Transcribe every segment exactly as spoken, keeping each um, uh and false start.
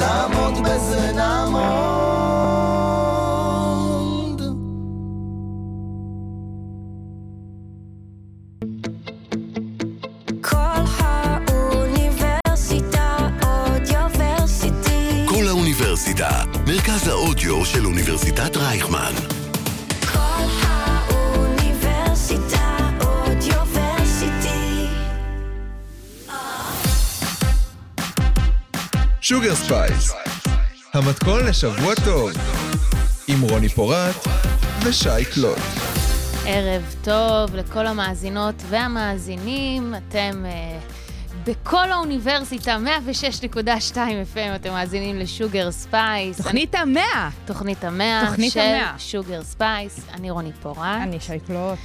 נעמוד בזה, נעמוד. כל האוניברסיטה אודיוורסיטי. כל האוניברסיטה, מרכז האודיו של אוניברסיטת רייכמן. כל האוניברסיטה אודיוורסיטי. שוגר ספייס, המתכון לשבוע טוב, עם רוני פורט ושי קלוט. ערב טוב לכל המאזינות והמאזינים, אתם uh, בכל האוניברסיטה מאה ושש נקודה שתיים אף אם, אתם מאזינים לשוגר ספייס. תוכנית המאה. תוכנית המאה תוכנית של המאה. שוגר ספייס. אני רוני פורט. אני שי קלוט.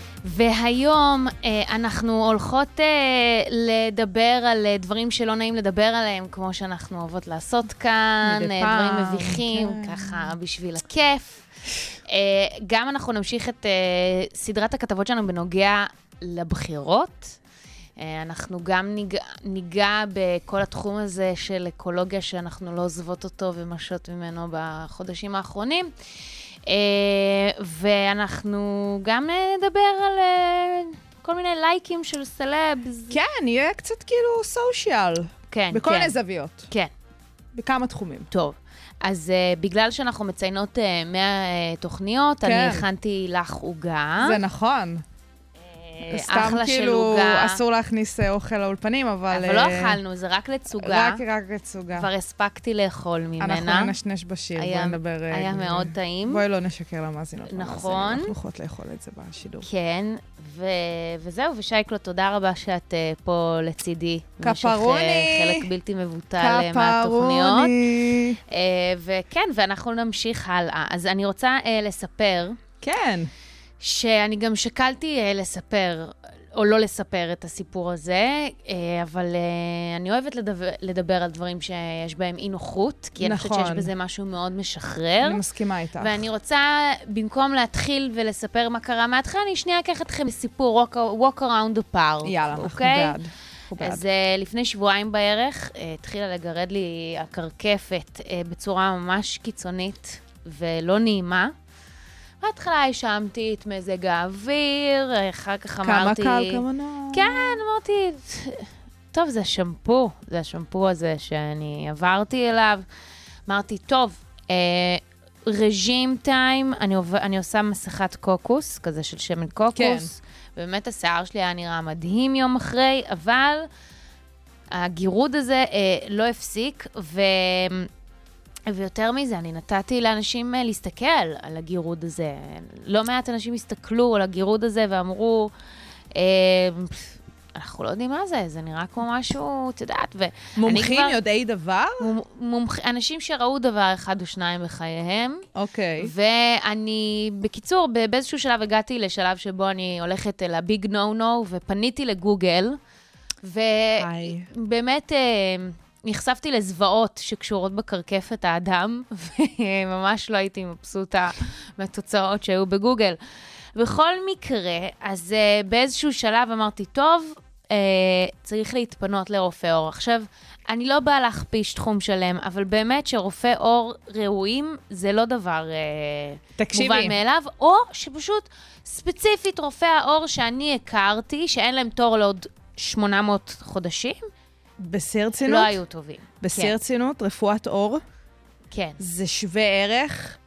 והיום אה, אנחנו הולכות אה, לדבר על אה, דברים שלא נעים לדבר עליהם, כמו שאנחנו אוהבות לעשות כאן, מדי אה, פעם, דברים מביכים, כן. ככה בשביל הכיף. אה, גם אנחנו נמשיך את אה, סדרת הכתבות שלנו בנוגע לבחירות. אה, אנחנו גם ניגע, ניגע בכל התחום הזה של אקולוגיה, שאנחנו לא עוזבות אותו ומשות ממנו בחודשים האחרונים. Uh, ואנחנו גם נדבר על uh, כל מיני לייקים של סלבס. כן, יהיה קצת כאילו סושיאל. כן, בכל כן. מיני זוויות. כן. בכמה תחומים. טוב. אז uh, בגלל שאנחנו מציינות uh, מאה uh, תוכניות, כן. אני הכנתי לך עוגה. זה נכון. uh, סתם אחלה של כאילו עוגה. אסור להכניס אה, אוכל לאולפנים, אבל... אבל לא אה, אכלנו, זה רק לצוגה. רק, רק לצוגה. כבר הספקתי לאכול ממנה. אנחנו נשנש בשיר, היה- בואי נדבר... אה, היה אה, מאוד טעים. בואי לא נשקר למאזינות. נכון. למאזינים, אנחנו יכולות לאכול את זה בשידור. כן, ו... וזהו, ושייקלו, תודה רבה שאת uh, פה לצידי. במשך, כפרוני. uh, חלק בלתי מבוטל uh, מהתוכניות. כפרוני. Uh, וכן, ואנחנו נמשיך הלאה. אז אני רוצה uh, לספר, כן. שאני גם שקלתי uh, לספר, או לא לספר את הסיפור הזה, uh, אבל uh, אני אוהבת לדבר, לדבר על דברים שיש בהם אי נוחות, כי אני חושבת נכון. שיש בזה משהו מאוד משחרר. אני מסכימה איתך. ואני רוצה, במקום להתחיל ולספר מה קרה מההתחלה, אני שנייה אקח אתכם לסיפור walk, walk around the park. יאללה, אנחנו אוקיי? בעד. אנחנו בעד. אז uh, לפני שבועיים בערך, uh, התחילה לגרד לי הקרקפת uh, בצורה ממש קיצונית ולא נעימה. בהתחלה האשמתי את מזג האוויר, אחר כך כמה אמרתי... קל, כמה נוח. כן, אמרתי, טוב, זה השמפו, זה השמפו הזה שאני עברתי אליו. אמרתי, טוב, אה, רג'ים טיים, אני, עוב... אני עושה מסכת קוקוס, כזה של שמן קוקוס. כן. באמת השיער שלי היה נראה מדהים יום אחרי, אבל הגירוד הזה אה, לא הפסיק, ו... ויותר מזה, אני נתתי לאנשים אה, להסתכל על הגירוד הזה. לא מעט אנשים הסתכלו על הגירוד הזה ואמרו, אה, אנחנו לא יודעים מה זה, זה נראה כמו משהו, את יודעת, ואני מומחים כבר- יודעי דבר? מומח... אנשים שראו דבר אחד או שניים בחייהם, אוקיי. ואני, בקיצור, ב- באיזשהו שלב הגעתי לשלב שבו אני הולכת אל הביג נו נו, ופניתי לגוגל, היי. ובאמת אה, נחשפתי לזוועות שקשורות בקרקפת האדם, וממש לא הייתי מבסוטה מהתוצאות שהיו בגוגל. בכל מקרה, אז uh, באיזשהו שלב אמרתי, טוב, uh, צריך להתפנות לרופא אור. עכשיו, אני לא באה להכפיש תחום שלם, אבל באמת שרופא אור ראויים זה לא דבר uh, תקשיבי. מובן מאליו, או שפשוט ספציפית רופא האור שאני הכרתי, שאין להם תור לעוד שמונה מאות חודשים, בשיא רצינות? לא היו טובים. בשיא כן, רצינות, רפואת אור, כן. זה שווה ערך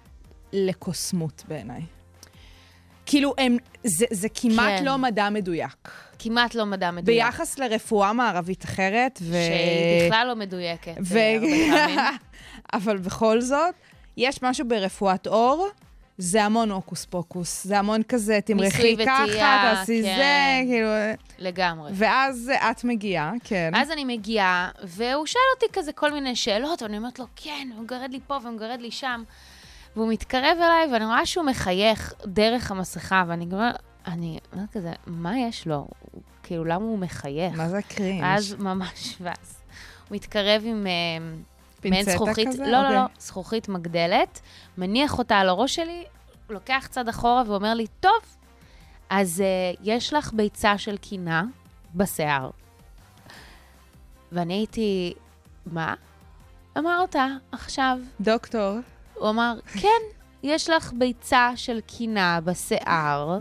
לקוסמות בעיניי. כאילו, הם, זה, זה כמעט כן. לא מדע מדויק. כמעט לא מדע מדויק. ביחס לרפואה מערבית אחרת, ו... שהיא בכלל לא מדויקת. ו... אה, הרבה פעמים. אבל בכל זאת, יש משהו ברפואת אור, זה המון אוקוס פוקוס. זה המון כזה, תמרחי ניסוי ככה, וטעייה, תעשי כן. זה, כאילו... לגמרי. ואז את מגיעה, כן. אז אני מגיעה, והוא שואל אותי כזה כל מיני שאלות, ואני אומרת לו, כן, הוא מגרד לי פה ומגרד לי שם. והוא מתקרב אליי, ואני רואה שהוא מחייך דרך המסכה, ואני כבר, אני אומרת כזה, מה יש לו? הוא- כאילו, למה הוא מחייך? מה זה קרינג'? אז ממש, ואז הוא מתקרב עם... אה, מעין פינצטה זכוכית, כזה? לא, לא, אוקיי. לא, זכוכית מגדלת, מניח אותה על הראש שלי, לוקח צד אחורה ואומר לי, טוב, אז uh, יש לך ביצה של קינה בשיער. ואני הייתי, מה? אמרת עכשיו. דוקטור. הוא אמר, כן, יש לך ביצה של קינה בשיער,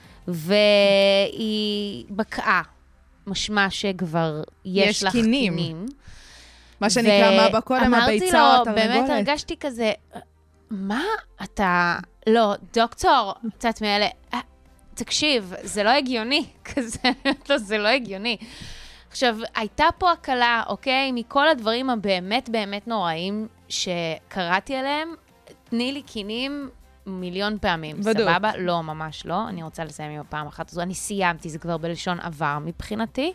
והיא בקעה. משמע שכבר יש, יש לך קינים. קינים. מה שנקרא, מה בקודם, הביצה או התרנגולת. אמרתי לו, באמת הרגשתי כזה, מה אתה... לא, דוקטור, קצת מאלה, תקשיב, זה לא הגיוני, כזה, לא, זה לא הגיוני. עכשיו, הייתה פה הקלה, אוקיי? מכל הדברים הבאמת באמת נוראים שקראתי עליהם, תני לי קינים מיליון פעמים. בדיוק. סבבה? לא, ממש לא. אני רוצה לסיים עם הפעם אחת הזו. אני סיימתי, זה כבר בלשון עבר מבחינתי.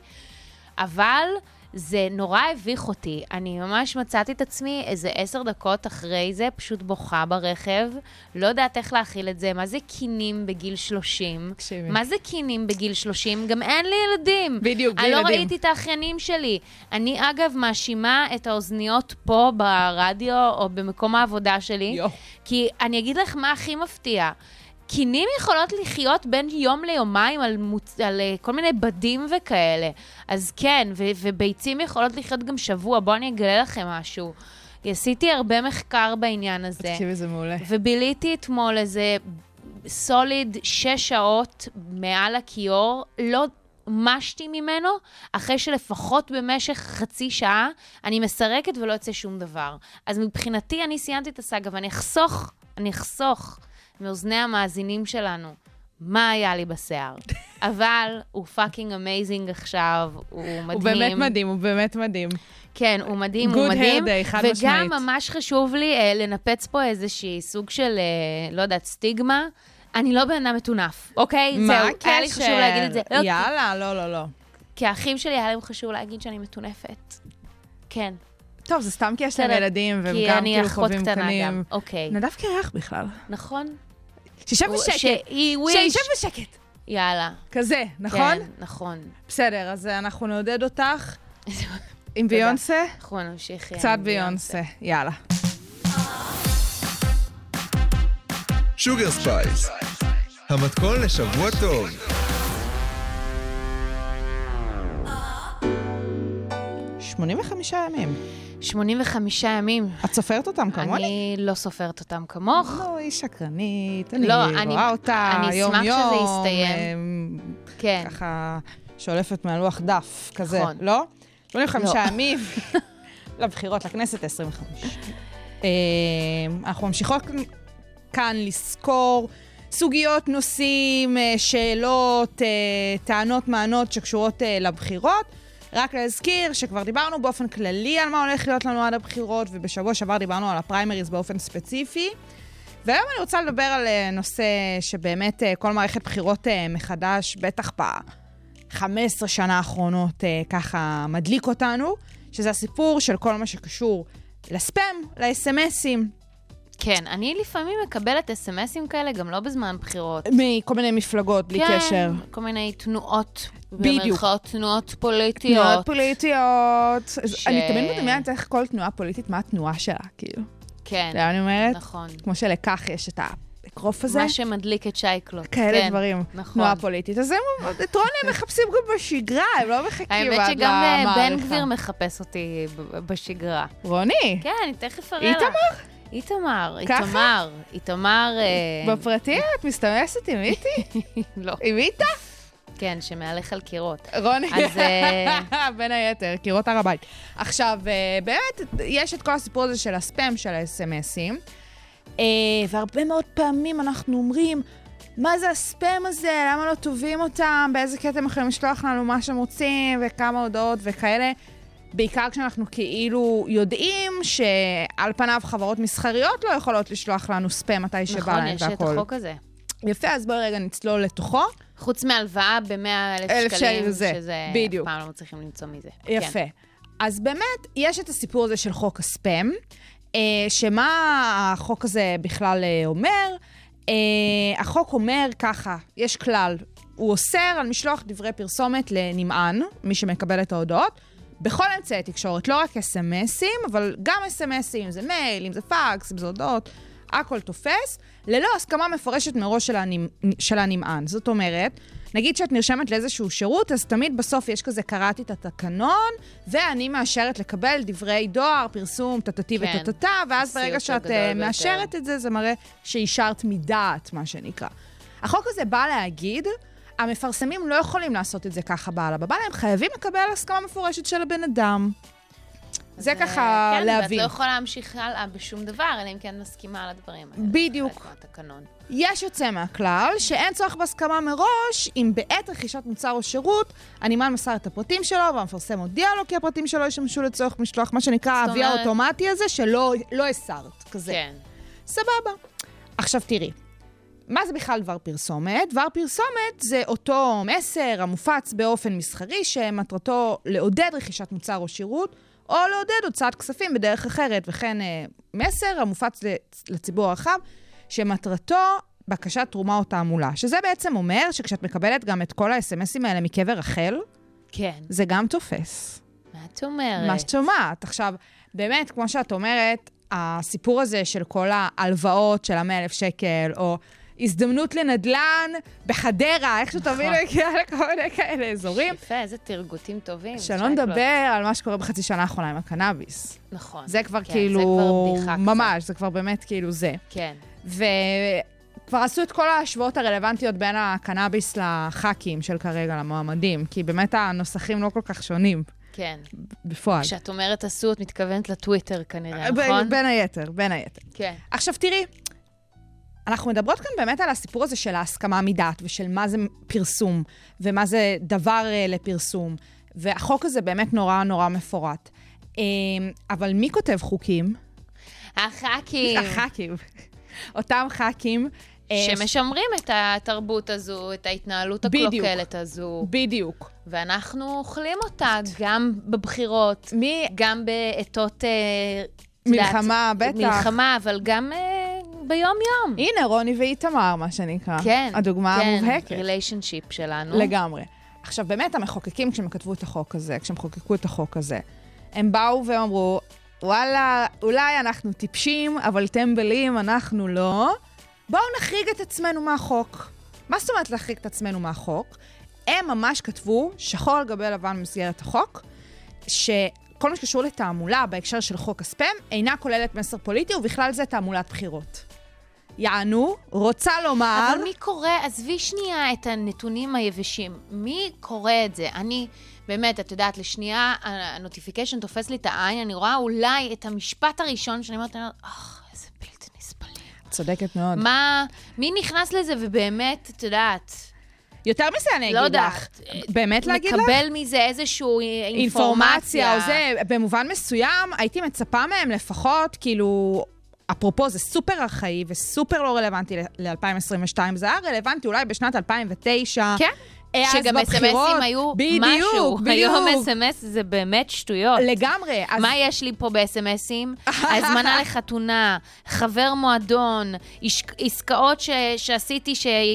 אבל זה נורא הביך אותי. אני ממש מצאתי את עצמי איזה עשר דקות אחרי זה, פשוט בוכה ברכב. לא יודעת איך להכיל את זה. מה זה קינים בגיל שלושים? תקשיבי. מה זה קינים בגיל שלושים? גם אין לי ילדים. בדיוק, בלי אני ילדים. לא ראיתי את האחיינים שלי. אני, אגב, מאשימה את האוזניות פה ברדיו או במקום העבודה שלי. יו. כי אני אגיד לך מה הכי מפתיע. קינים יכולות לחיות בין יום ליומיים על, מוצ... על uh, כל מיני בדים וכאלה. אז כן, ו- וביצים יכולות לחיות גם שבוע. בואו אני אגלה לכם משהו. עשיתי הרבה מחקר בעניין הזה. תקשיבי, זה מעולה. וביליתי אתמול איזה סוליד שש שעות מעל הכיור, לא משתי ממנו, אחרי שלפחות במשך חצי שעה אני מסרקת ולא יוצא שום דבר. אז מבחינתי אני סיימתי את הסאגה, ואני אחסוך, אני אחסוך מאוזני המאזינים שלנו מה היה לי בשיער. אבל הוא פאקינג אמייזינג עכשיו, הוא מדהים. הוא באמת מדהים, הוא באמת מדהים. כן, הוא מדהים, Good הוא מדהים. hair day, חד וגם משמעית. ממש חשוב לי אה, לנפץ פה איזושהי סוג של, אה, לא יודעת, סטיגמה. אני לא בן אדם מטונף, אוקיי? מה זהו, היה לי חשוב להגיד את זה. לא, יאללה, לא, לא, לא. כי האחים שלי היה להם חשוב להגיד שאני מטונפת. כן. טוב, זה סתם כי יש להם בסדר, ילדים, והם כי גם אני כאילו אחות חווים קטנה קנים. גם. אוקיי. נדב קרח בכלל. נכון? שישב הוא- בשקט. שהיא וויש. שישב בשקט. יאללה. כזה, נכון? כן, נכון. בסדר, אז אנחנו נעודד אותך עם תודה. ביונסה. אנחנו נמשיך. קצת ביונסה. יאללה. שוגר ספייס, המתכון לשבוע טוב. שמונים וחמישה ימים. שמונים וחמישה ימים. את סופרת אותם כמוני? אני לא סופרת אותם כמוך. לא, היא שקרנית, אני לא, אני- רואה אותה אני יום אשמח יום. שזה יסתיים. אמ, כן. ככה שולפת מהלוח דף כזה, נכון. לא? שמונים וחמישה לא. ימים לבחירות לכנסת עשרים וחמש. אמ, אנחנו ממשיכות כאן לזכור סוגיות, נושאים, אה, שאלות, אה, טענות, מענות שקשורות אה, לבחירות. רק להזכיר שכבר דיברנו באופן כללי על מה הולך להיות לנו עד הבחירות, ובשבוע שעבר דיברנו על הפריימריז באופן ספציפי. והיום אני רוצה לדבר על אה, נושא שבאמת אה, כל מערכת בחירות אה, מחדש, בטח ב-חמש עשרה שנה האחרונות אה, ככה מדליק אותנו, שזה הסיפור של כל מה שקשור לספאם, ל-אס אם אסים. כן, אני לפעמים מקבלת אס אם אסים כאלה, גם לא בזמן בחירות. מכל מיני מפלגות, בלי כן, קשר. כל מיני תנועות. בדיוק. במרכאות תנועות פוליטיות. תנועות פוליטיות. ש- אני תמיד מדמיינת איך כל תנועה פוליטית, מה התנועה שלה, כאילו. כן, אתה יודע, אני אומרת, נכון. כמו שלכך יש את האקרוף הזה, מה שמדליק את שייקלוט. כאלה כן, דברים, נכון. תנועה פוליטית. אז הם, את רוני הם מחפשים גם בשגרה, הם לא מחכים האמת עד שגם אה, למערכה. בן גביר מחפש אותי ב- בשגרה. רוני, כן, אני תכף אראה לך. איתמר? איתמר, ככה? איתמר, איתמר, אה, בפרטי את מסתמסת עם איתי? לא, עם איתה? כן, שמהלך על קירות. רוני, אז, אה, בין היתר, קירות הר הבית. עכשיו, אה, באמת, יש את כל הסיפור הזה של הספאם של ה-אס אם אסים, אה, והרבה מאוד פעמים אנחנו אומרים, מה זה הספאם הזה? למה לא טובים אותם? באיזה קטע הם יכולים לשלוח לנו מה שהם רוצים, וכמה הודעות וכאלה? בעיקר כשאנחנו כאילו יודעים שעל פניו חברות מסחריות לא יכולות לשלוח לנו ספאם מתי שבא נכון, להם יש את והכל. החוק הזה. יפה, אז בואי רגע נצלול לתוכו. חוץ מהלוואה ב-מאה אלף אלף שקלים, שקל זה, שזה בדיוק. אף פעם לא מצליחים למצוא מזה. יפה. כן. אז באמת, יש את הסיפור הזה של חוק הספאם, אה, שמה החוק הזה בכלל אה, אומר? אה, החוק אומר ככה, יש כלל, הוא אוסר על משלוח דברי פרסומת לנמען, מי שמקבל את ההודעות, בכל אמצעי תקשורת, לא רק אס אם אסים, אבל גם אס אם אסים, אם זה מייל, אם זה פאקס, אם זה הודעות, הכל תופס, ללא הסכמה מפורשת מראש של, הנמ... של הנמען. זאת אומרת, נגיד שאת נרשמת לאיזשהו שירות, אז תמיד בסוף יש כזה, קראתי את התקנון, ואני מאשרת לקבל דברי דואר, פרסום, תתתי כן. ותתתה, ואז ברגע שאת מאשרת את זה, זה מראה שאישרת מדעת, מה שנקרא. החוק הזה בא להגיד, המפרסמים לא יכולים לעשות את זה ככה בעל הבבא, הם חייבים לקבל הסכמה מפורשת של הבן אדם. זה ככה כן, להבין. ואת לא יכולה להמשיך הלאה בשום דבר, אלא אם כן מסכימה על הדברים האלה. בדיוק. התקנון. יש יוצא מהכלל שאין צורך בהסכמה מראש, אם בעת רכישת מוצר או שירות, הנמען מסר את הפרטים שלו, והמפרסם הודיע לו כי הפרטים שלו ישמשו לצורך משלוח, מה שנקרא האבי האוטומטי הזה, שלא לא הסרת, כזה. כן. סבבה. עכשיו תראי, מה זה בכלל דבר פרסומת? דבר פרסומת זה אותו מסר המופץ באופן מסחרי, שמטרתו לעודד רכישת מוצר או שירות, או לעודד הוצאת כספים בדרך אחרת, וכן אה, מסר המופץ לציבור הרחב, שמטרתו בקשת תרומה או תעמולה. שזה בעצם אומר שכשאת מקבלת גם את כל ה-אס אם אסים האלה מקבר רחל, כן. זה גם תופס. מה את אומרת? מה שאת שומעת. עכשיו, באמת, כמו שאת אומרת, הסיפור הזה של כל ההלוואות של המאה אלף שקל, או הזדמנות לנדלן בחדרה, איך שתבינו, הגיעה לכל מיני כאלה אזורים. יפה, איזה תרגותים טובים. שלא נדבר על מה שקורה בחצי שנה האחרונה עם הקנאביס. נכון. זה כבר כן, כאילו, זה כבר בדיחה ממש, קצת. זה כבר באמת כאילו זה. כן. וכבר עשו את כל ההשוואות הרלוונטיות בין הקנאביס לח"כים של כרגע, למועמדים, כי באמת הנוסחים לא כל כך שונים. כן. בפועל. כשאת אומרת עשו, את מתכוונת לטוויטר כנראה, ב- נכון? בין היתר, בין היתר. כן. עכשיו תראי, אנחנו מדברות כאן באמת על הסיפור הזה של ההסכמה מדעת, ושל מה זה פרסום, ומה זה דבר uh, לפרסום. והחוק הזה באמת נורא נורא מפורט. Um, אבל מי כותב חוקים? הח"כים. הח"כים. אותם ח"כים. שמשמרים את התרבות הזו, את ההתנהלות הקלוקלת הזו. בדיוק. ואנחנו אוכלים אותה גם בבחירות, מי... גם בעתות... מלחמה, בטח. מלחמה, אבל גם ביום-יום. הנה, רוני ואיתמר, מה שנקרא. כן. הדוגמה המובהקת. כן, ריליישנשיפ שלנו. לגמרי. עכשיו, באמת, המחוקקים, כשהם כתבו את החוק הזה, כשהם חוקקו את החוק הזה, הם באו ואמרו, וואלה, אולי אנחנו טיפשים, אבל טמבלים, אנחנו לא. בואו נחריג את עצמנו מהחוק. מה זאת אומרת להחריג את עצמנו מהחוק? הם ממש כתבו, שחור על גבי לבן במסגרת החוק, שכל מה שקשור לתעמולה בהקשר של חוק הספאם, אינה כוללת מסר פוליטי, ובכלל זה תעמולת בחירות. יענו, רוצה לומר... אבל מי קורא, עזבי שנייה את הנתונים היבשים, מי קורא את זה? אני, באמת, את יודעת, לשנייה, הנוטיפיקיישן תופס לי את העין, אני רואה אולי את המשפט הראשון שאני אומרת, אך, איזה בלתי נסבלים. צודקת מאוד. מה, מי נכנס לזה ובאמת, את יודעת... יותר מזה אני אגיד לא לך. יודעת. באמת להגיד לך? מקבל מזה איזושהי אינפורמציה. אינפורמציה, או זה, במובן מסוים, הייתי מצפה מהם לפחות, כאילו... אפרופו, זה סופר ארכאי וסופר לא רלוונטי ל-אלפיים עשרים ושתיים. זה היה רלוונטי אולי בשנת אלפיים ותשע. כן. שגם בבחירות, אס אם אסים היו בדיוק, משהו. בדיוק. היום אס אם אס זה באמת שטויות. לגמרי. אז... מה יש לי פה ב-אס אם אסים? הזמנה לחתונה, חבר מועדון, עסקאות ש- שעשיתי,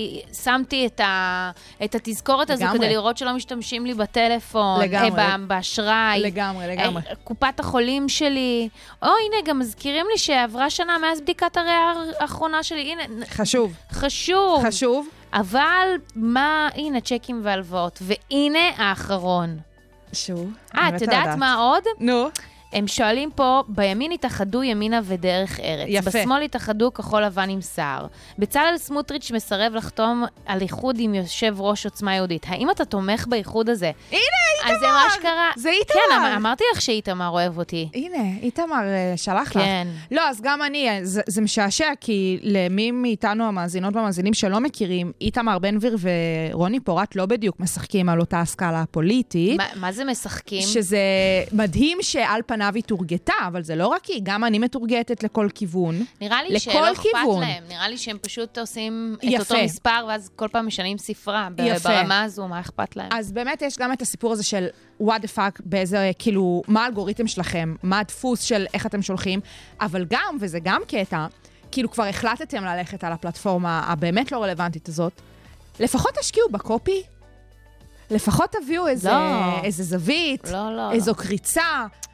ששמתי את, ה- את התזכורת הזו לגמרי. כדי לראות שלא משתמשים לי בטלפון, לגמרי. אה, באשראי. לגמרי, לגמרי. אה, קופת החולים שלי. או, הנה, גם מזכירים לי שעברה שנה מאז בדיקת הריאה האחרונה שלי. הנה, חשוב. חשוב. חשוב. אבל מה, הנה, צ'קים והלוואות. והנה האחרון. שוב. אה, את יודעת מה עוד? נו. הם שואלים פה, בימין התאחדו ימינה ודרך ארץ. יפה. בשמאל התאחדו כחול לבן עם סער. בצלאל סמוטריץ' מסרב לחתום על איחוד עם יושב ראש עוצמה יהודית. האם אתה תומך באיחוד הזה? הנה, אז זה מה שקרה. זה איתמר. כן, אמ- אמרתי לך שאיתמר אוהב אותי. הנה, איתמר שלח לך. כן. לא, אז גם אני, זה, זה משעשע, כי למי מאיתנו המאזינות והמאזינים שלא מכירים, איתמר בן גביר ורוני פורט לא בדיוק משחקים על אותה השכלה הפוליטית. מה, מה זה משחקים? שזה מדהים שעל פניו היא תורגתה, אבל זה לא רק היא, גם אני מתורגתת לכל כיוון. נראה לי לכל שלא אכפת כיוון. להם. נראה לי שהם פשוט עושים יפה. את אותו מספר, ואז כל פעם משנים ספרה. יפה. ברמה הזו, מה אכפת להם? אז באמת יש גם את הסיפור הזה של what the fuck, באיזה, כאילו, מה האלגוריתם שלכם, מה הדפוס של איך אתם שולחים, אבל גם, וזה גם קטע, כאילו כבר החלטתם ללכת על הפלטפורמה הבאמת לא רלוונטית הזאת, לפחות תשקיעו בקופי, לפחות תביאו איזה, לא. איזה זווית, לא, לא, איזו לא. קריצה.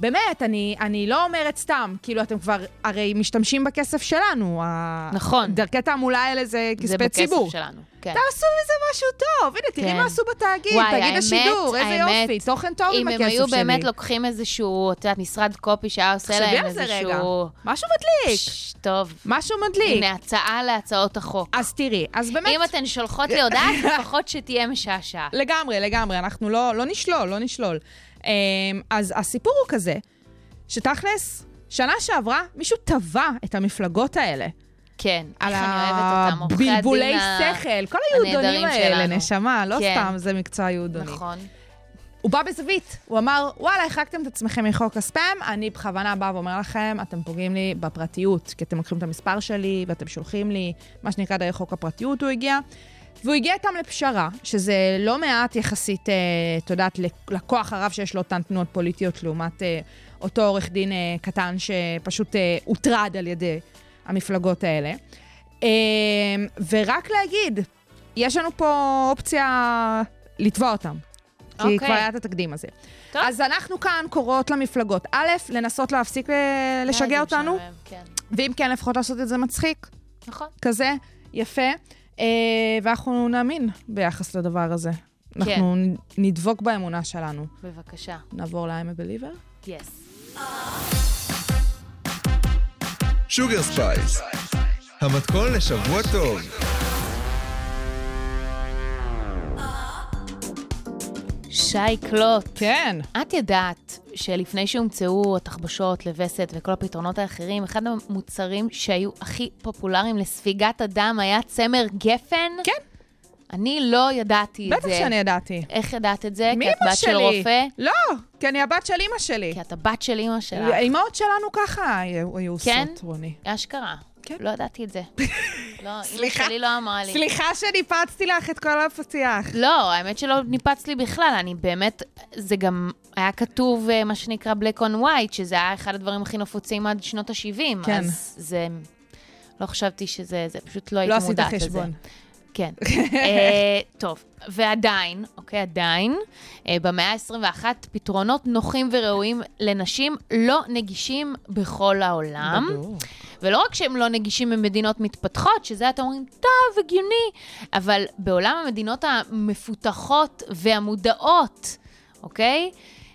באמת, אני, אני לא אומרת סתם, כאילו אתם כבר הרי משתמשים בכסף שלנו. נכון. דרכי תעמולה האלה זה כספי זה ציבור. בכסף שלנו, כן. תעשו מזה משהו טוב. הנה, תראי כן. מה עשו בתאגיד, וואי, תאגיד האמת, השידור, איזה האמת, יופי, תוכן טוב עם הכסף שלי. אם הם היו באמת לוקחים איזשהו, את יודעת, משרד קופי שהיה עושה להם איזשהו... תחשבי על זה רגע. משהו מדליק. ש... טוב. משהו מדליק. הנה, הצעה להצעות החוק. אז תראי, אז באמת... אם אתן שולחות לי הודעה, לפחות שתהיה משעשע. לגמרי, לגמרי, אנחנו לא, לא נשלול, לא נשלול. אז הסיפור הוא כזה, שתכלס, שנה שעברה, מישהו טבע את המפלגות האלה. כן, על איך אני אוהבת אותם, עורכי הדין הבלבולי שכל, כל היהודונים האלה, נשמה, לא כן. סתם, זה מקצוע יהודוני. נכון. הוא בא בזווית, הוא אמר, וואלה, החרקתם את עצמכם מחוק הספאם, אני בכוונה בא ואומר לכם, אתם פוגעים לי בפרטיות, כי אתם לוקחים את המספר שלי, ואתם שולחים לי, מה שנקרא דרך חוק הפרטיות הוא הגיע, והוא הגיע איתם לפשרה, שזה לא מעט יחסית, אה, תודעת, לכוח הרב שיש לו אותן תנועות פוליטיות, לעומת אה, אותו עורך דין אה, קטן, שפשוט אה, הוטרד על ידי המפלגות האלה. אה, ורק להגיד, יש לנו פה אופציה לתבוע אותם. כי okay. כבר היה את התקדים הזה. טוב. אז אנחנו כאן קוראות למפלגות. א', לנסות להפסיק לשגע אותנו, כן. ואם כן, לפחות לעשות את זה מצחיק. נכון. כזה, יפה. אה, ואנחנו נאמין ביחס לדבר הזה. כן. אנחנו נדבוק באמונה שלנו. בבקשה. נעבור ל-I'm a believer? Yes. שוגר ספייס, המתכון לשבוע טוב. שי קלוט. כן. את ידעת שלפני שהומצאו התחבושות, לווסת וכל הפתרונות האחרים, אחד המוצרים שהיו הכי פופולריים לספיגת הדם היה צמר גפן? כן. אני לא ידעתי את זה. בטח שאני ידעתי. איך ידעת את זה? מי כי את בת של רופא? לא, כי אני הבת של אמא שלי. כי את הבת של אמא שלך. האמאות שלנו ככה היו עושות, כן? רוני. אשכרה. כן. לא ידעתי את זה. לא, סליחה. אמא שלי לא אמרה לי. סליחה שניפצתי לך את כל הפתיח. לא, האמת שלא ניפץ לי בכלל. אני באמת, זה גם היה כתוב מה שנקרא black on white, שזה היה אחד הדברים הכי נפוצים עד שנות ה-שבעים. כן. אז זה, לא חשבתי שזה, זה פשוט לא הייתי מודעת לזה. לא עשית חשבון. כן. טוב, ועדיין, אוקיי, עדיין, במאה ה-עשרים ואחת, פתרונות נוחים וראויים לנשים לא נגישים בכל העולם. ולא רק שהם לא נגישים במדינות מתפתחות, שזה אתם אומרים, טוב, הגיוני, אבל בעולם המדינות המפותחות והמודעות, אוקיי?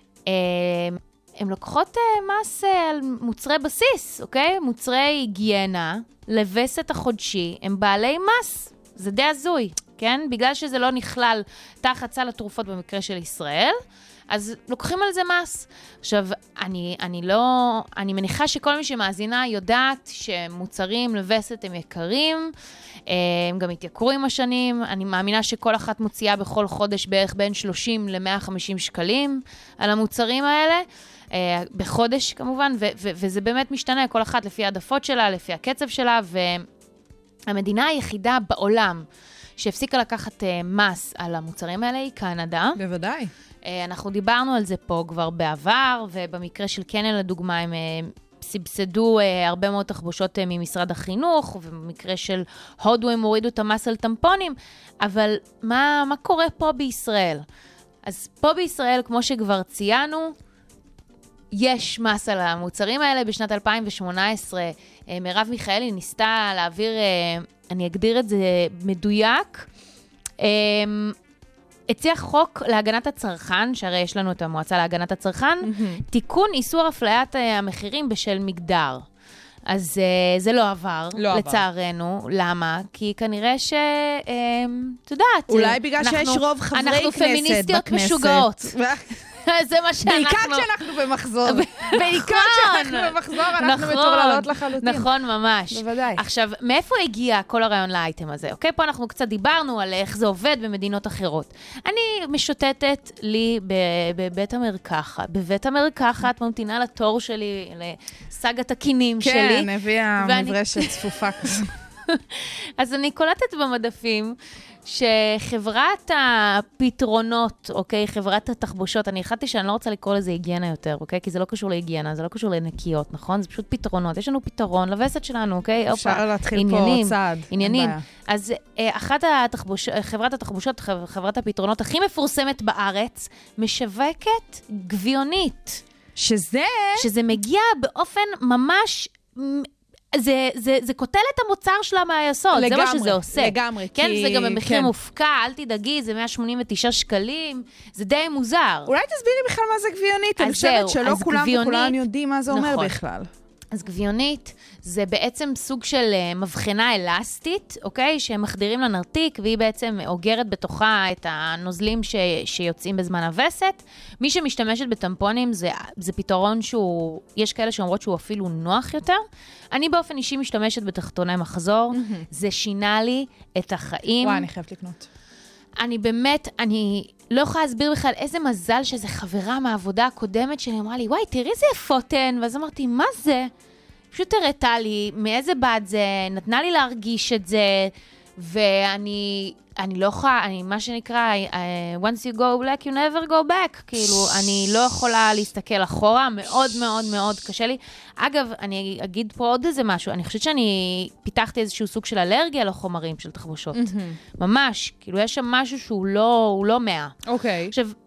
הן לוקחות מס על מוצרי בסיס, אוקיי? מוצרי היגיינה, לווסת החודשי, הם בעלי מס. זה די הזוי, כן? בגלל שזה לא נכלל תחת סל התרופות במקרה של ישראל, אז לוקחים על זה מס. עכשיו, אני, אני לא, אני מניחה שכל מי שמאזינה יודעת שמוצרים לווסת הם יקרים, הם גם התייקרו עם השנים, אני מאמינה שכל אחת מוציאה בכל חודש בערך בין שלושים ל-מאה וחמישים שקלים על המוצרים האלה, בחודש כמובן, ו- ו- וזה באמת משתנה, כל אחת לפי העדפות שלה, לפי הקצב שלה, והמדינה היחידה בעולם שהפסיקה לקחת מס על המוצרים האלה היא קנדה. בוודאי. אנחנו דיברנו על זה פה כבר בעבר, ובמקרה של קניה לדוגמה הם סבסדו הרבה מאוד תחבושות ממשרד החינוך, ובמקרה של הודו הם הורידו את המס על טמפונים, אבל מה, מה קורה פה בישראל? אז פה בישראל, כמו שכבר ציינו, יש מס על המוצרים האלה. בשנת אלפיים שמונה עשרה, מרב מיכאלי ניסתה להעביר, אני אגדיר את זה מדויק, הציע חוק להגנת הצרכן, שהרי יש לנו את המועצה להגנת הצרכן, mm-hmm. תיקון איסור אפליית המחירים בשל מגדר. אז uh, זה לא עבר, לא לצערנו. עבר. למה? כי כנראה ש... את יודעת... אולי בגלל אנחנו, שיש רוב חברי כנסת בכנסת. אנחנו פמיניסטיות משוגעות. זה מה שאנחנו... בעיקר כשאנחנו במחזור. בעיקר כשאנחנו במחזור, אנחנו מטורללות לחלוטין. נכון, ממש. בוודאי. עכשיו, מאיפה הגיע כל הרעיון לאייטם הזה? אוקיי, פה אנחנו קצת דיברנו על איך זה עובד במדינות אחרות. אני משוטטת לי בבית המרקחת. בבית המרקחת ממתינה לתור שלי, לסגת הקינים שלי. כן, הביאה מברשת צפופה כזו. אז אני קולטת במדפים שחברת הפתרונות, אוקיי, חברת התחבושות, אני החלטתי שאני לא רוצה לקרוא לזה היגיינה יותר, אוקיי? כי זה לא קשור להיגיינה, זה לא קשור לנקיות, נכון? זה פשוט פתרונות. יש לנו פתרון לווסת שלנו, אוקיי? אפשר אופה, להתחיל עניינים, פה צעד. עניינים. אז אחת התחבוש... חברת התחבושות, חברת הפתרונות הכי מפורסמת בארץ, משווקת גביונית. שזה... שזה מגיע באופן ממש... זה, זה, זה קוטל את המוצר שלה מהיסוד, לגמרי, זה מה שזה עושה. לגמרי, כן, כי... זה גם במחיר כן. מופקע, אל תדאגי, זה מאה שמונים ותשעה שקלים, זה די מוזר. אולי תסבירי בכלל מה זה גביונית, אני חושבת שלא כולם גביונית, וכולם יודעים מה זה אומר נכון. בכלל. אז גביונית זה בעצם סוג של מבחנה אלסטית, אוקיי? שהם מחדירים לנרתיק, והיא בעצם אוגרת בתוכה את הנוזלים ש... שיוצאים בזמן הווסת. מי שמשתמשת בטמפונים זה, זה פתרון שהוא, יש כאלה שאומרות שהוא אפילו נוח יותר. אני באופן אישי משתמשת בתחתוני מחזור, mm-hmm. זה שינה לי את החיים. וואי, אני חייבת לקנות. אני באמת, אני לא יכולה להסביר בכלל איזה מזל שזה חברה מהעבודה הקודמת שלי אמרה לי, וואי, תראי איזה יפותן, ואז אמרתי, מה זה? פשוט הראתה לי מאיזה בד זה, נתנה לי להרגיש את זה, ואני אני לא יכולה, אני, מה שנקרא, I, once you go black, you never go back, כאילו, אני לא יכולה להסתכל אחורה, מאוד מאוד מאוד קשה לי. אגב, אני אגיד פה עוד איזה משהו, אני חושבת שאני פיתחתי איזשהו סוג של אלרגיה לחומרים של תחבושות. Mm-hmm. ממש, כאילו, יש שם משהו שהוא לא, הוא לא מאה. אוקיי. Okay. עכשיו,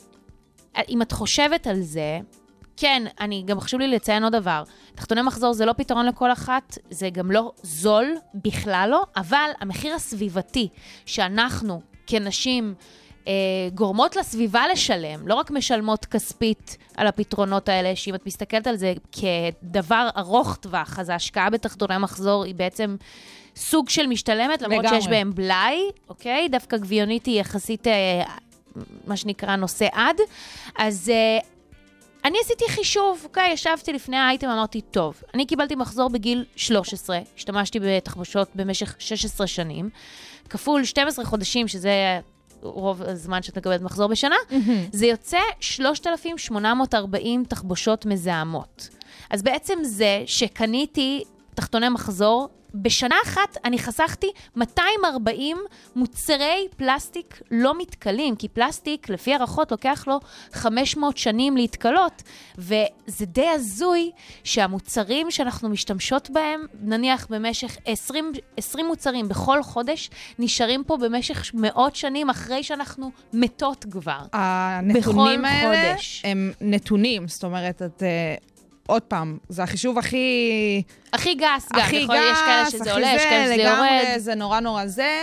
אם את חושבת על זה, כן, אני גם חשוב לי לציין עוד דבר. תחתוני מחזור זה לא פתרון לכל אחת, זה גם לא זול, בכלל לא, אבל המחיר הסביבתי שאנחנו כנשים אה, גורמות לסביבה לשלם, לא רק משלמות כספית על הפתרונות האלה, שאם את מסתכלת על זה כדבר ארוך טווח, אז ההשקעה בתחתוני מחזור היא בעצם סוג של משתלמת, למרות לגמרי. שיש בהם בלאי, אוקיי? דווקא גביונית היא יחסית, אה, מה שנקרא, נושא עד. אז... אה, אני עשיתי חישוב, אוקיי, ישבתי לפני האייטם, אמרתי, טוב, אני קיבלתי מחזור בגיל שלוש עשרה, השתמשתי בתחבושות במשך שש עשרה שנים, כפול שנים עשר חודשים, שזה רוב הזמן שאת מקבלת מחזור בשנה, mm-hmm. זה יוצא שלושת אלפים שמונה מאות וארבעים תחבושות מזהמות. אז בעצם זה שקניתי תחתוני מחזור, בשנה אחת אני חסכתי מאתיים וארבעים מוצרי פלסטיק לא מתקלים, כי פלסטיק, לפי הערכות, לוקח לו חמש מאות שנים להתקלות, וזה די הזוי שהמוצרים שאנחנו משתמשות בהם, נניח במשך עשרים, עשרים מוצרים בכל חודש, נשארים פה במשך מאות שנים אחרי שאנחנו מתות כבר. הנתונים האלה חודש. הם נתונים, זאת אומרת, את... עוד פעם, זה החישוב הכי... הכי גס גם, הכי יכול, גס, יש כאלה שזה עולה, יש כאלה שזה לגמרי, יורד. זה נורא נורא זה,